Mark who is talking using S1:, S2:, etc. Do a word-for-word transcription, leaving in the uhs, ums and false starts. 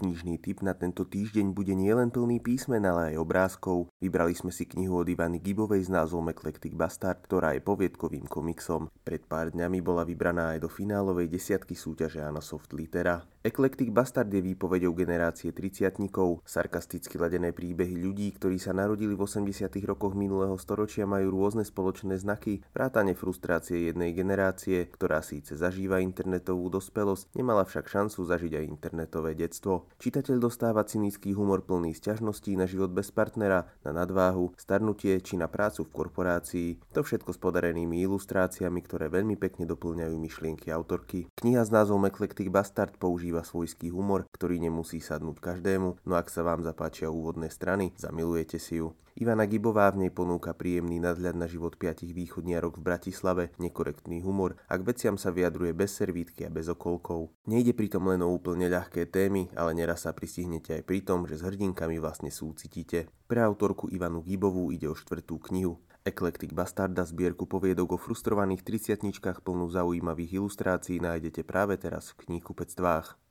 S1: knižný tip na tento týždeň bude nielen plný písmen, ale aj obrázkov. Vybrali sme si knihu od Ivany Gibovej s názvom Eclectic Bastard, ktorá je poviedkovým komiksom. Pred pár dňami bola vybraná aj do finálovej desiatky súťaže Anasoft Litera. Eclectic Bastard je výpovedou generácie tridsiatnikov. Sarkasticky ladené príbehy ľudí, ktorí sa narodili v osemdesiatych rokoch minulého storočia, majú rôzne spoločné znaky, vrátane frustrácie jednej generácie, ktorá síce zažíva internetovú dospelosť, nemala však šancu zažiť aj internetové detstvo. Čitateľ dostáva cynický humor plný sťažností na život bez partnera, na nadváhu, starnutie či na prácu v korporácii. To všetko s podarenými ilustráciami, ktoré veľmi pekne doplňajú myšlienky autorky. Kniha s názvom Eclectic Bastard používa svojský humor, ktorý nemusí sadnúť každému, no ak sa vám zapáčia úvodné strany, zamilujete si ju. Ivana Gibová v nej ponúka príjemný nadhľad na život piatich východniarok v Bratislave, nekorektný humor a k veciam sa vyjadruje bez servítky a bez okolkov. Nejde pritom len o úplne ľahké témy, ale neraz sa pristihnete aj pri tom, že s hrdinkami vlastne súcitíte. Pre autorku Ivanu Gibovú ide o štvrtú knihu. Eclectic Bastarda, zbierku poviedok o frustrovaných tridsiatničkách plnú zaujímavých ilustrácií, nájdete práve teraz v knihkupectvách.